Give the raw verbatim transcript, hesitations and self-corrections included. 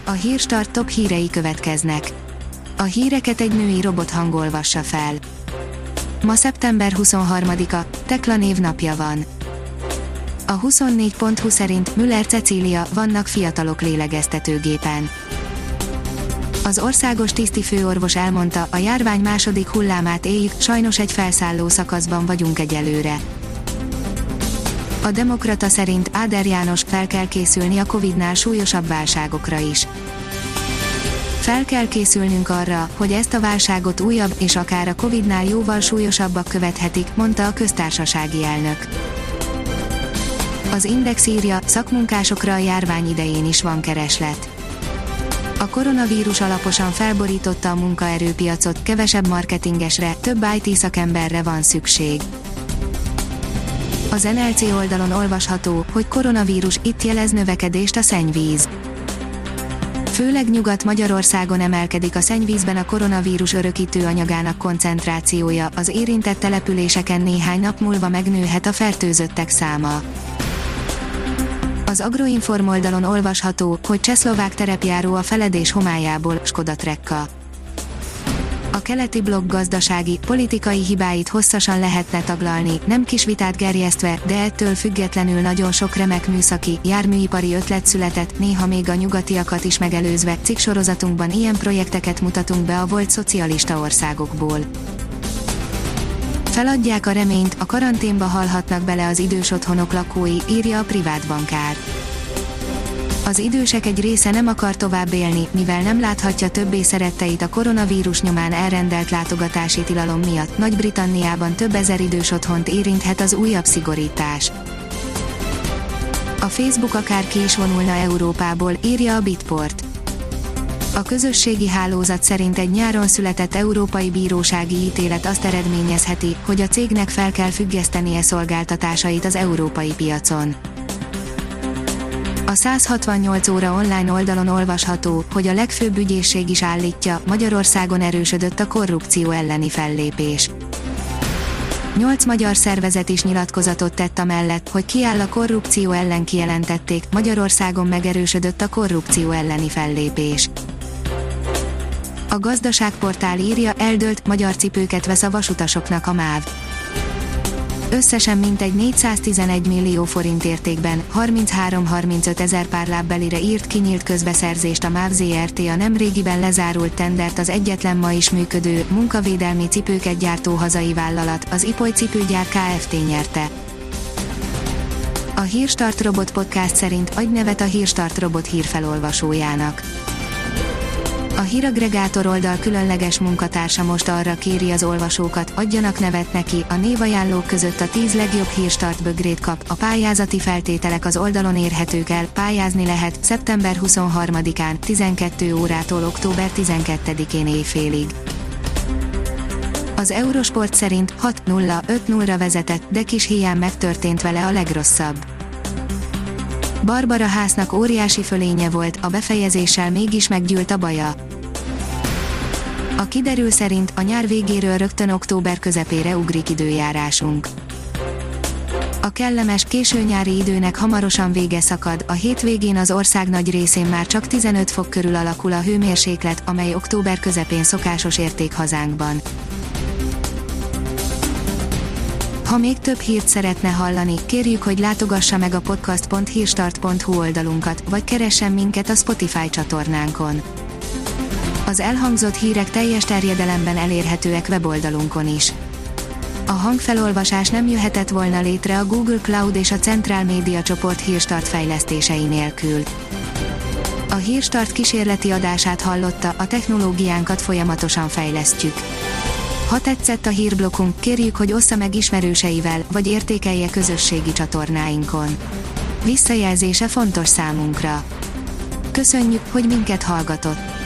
A Hírstart top hírei következnek. A híreket egy női robothang olvassa fel. Ma szeptember huszonharmadika, Tekla névnapja van. A huszonnégy pont hu szerint Müller Cecília, vannak fiatalok lélegeztetőgépen. Az országos tisztifőorvos elmondta, a járvány második hullámát éljük, sajnos egy felszálló szakaszban vagyunk egyelőre. A Demokrata szerint Áder János, fel kell készülni a Covidnál súlyosabb válságokra is. Fel kell készülnünk arra, hogy ezt a válságot újabb és akár a Covidnál jóval súlyosabbak követhetik, mondta a köztársasági elnök. Az Index írja, szakmunkásokra a járvány idején is van kereslet. A koronavírus alaposan felborította a munkaerőpiacot, kevesebb marketingesre, több i té szakemberre van szükség. Az en el cé oldalon olvasható, hogy koronavírus, itt jelez növekedést a szennyvíz. Főleg Nyugat-Magyarországon emelkedik a szennyvízben a koronavírus örökítő anyagának koncentrációja, az érintett településeken néhány nap múlva megnőhet a fertőzöttek száma. Az Agroinform oldalon olvasható, hogy csehszlovák terepjáró a feledés homályából, Skoda Trekka. A keleti blokk gazdasági, politikai hibáit hosszasan lehetne taglalni, nem kis vitát gerjesztve, de ettől függetlenül nagyon sok remek műszaki, járműipari ötlet született, néha még a nyugatiakat is megelőzve. Cikksorozatunkban ilyen projekteket mutatunk be a volt szocialista országokból. Feladják a reményt, a karanténba halhatnak bele az idős otthonok lakói, írja a privát bankár. Az idősek egy része nem akar tovább élni, mivel nem láthatja többé szeretteit a koronavírus nyomán elrendelt látogatási tilalom miatt. Nagy-Britanniában több ezer idős otthont érinthet az újabb szigorítás. A Facebook akár ki is vonulna Európából, írja a Bitport. A közösségi hálózat szerint egy nyáron született európai bírósági ítélet azt eredményezheti, hogy a cégnek fel kell függesztenie szolgáltatásait az európai piacon. A száz hatvannyolc óra online oldalon olvasható, hogy a legfőbb ügyészség is állítja, Magyarországon erősödött a korrupció elleni fellépés. Nyolc magyar szervezet is nyilatkozatot tett amellett, hogy kiáll a korrupció ellen, kijelentették, Magyarországon megerősödött a korrupció elleni fellépés. A gazdaságportál írja, eldőlt, magyar cipőket vesz a vasutasoknak a MÁV. Összesen mintegy négyszáztizenegy millió forint értékben, harminchárom-harmincöt ezer pár lábbelire írt kinyílt közbeszerzést a MÁV zé er té. A nemrégiben lezárult tendert az egyetlen ma is működő, munkavédelmi cipőket gyártó hazai vállalat, az Ipoly Cipőgyár Kft. Nyerte. A Hírstart Robot Podcast szerint adj nevet a Hírstart Robot hírfelolvasójának. A híraggregátor oldal különleges munkatársa most arra kéri az olvasókat, adjanak nevet neki, a névajánlók között a tíz legjobb Hírstart bögrét kap, a pályázati feltételek az oldalon érhetők el, pályázni lehet szeptember huszonharmadikán, tizenkét órától október tizenkettedikén éjfélig. Az Eurosport szerint hat nulla öt nullra vezetett, de kis híján megtörtént vele a legrosszabb. Barbara Haasnak óriási fölénye volt, a befejezéssel mégis meggyűlt a baja. A kiderül szerint a nyár végéről rögtön október közepére ugrik időjárásunk. A kellemes, késő nyári időnek hamarosan vége szakad, a hétvégén az ország nagy részén már csak tizenöt fok körül alakul a hőmérséklet, amely október közepén szokásos érték hazánkban. Ha még több hírt szeretne hallani, kérjük, hogy látogassa meg a podcast pont hírstart pont hu oldalunkat, vagy keressen minket a Spotify csatornánkon. Az elhangzott hírek teljes terjedelemben elérhetőek weboldalunkon is. A hangfelolvasás nem jöhetett volna létre a Google Cloud és a Central Media csoport Hírstart fejlesztései nélkül. A Hírstart kísérleti adását hallotta, a technológiánkat folyamatosan fejlesztjük. Ha tetszett a hírblokkunk, kérjük, hogy ossza meg ismerőseivel, vagy értékelje közösségi csatornáinkon. Visszajelzése fontos számunkra. Köszönjük, hogy minket hallgatott!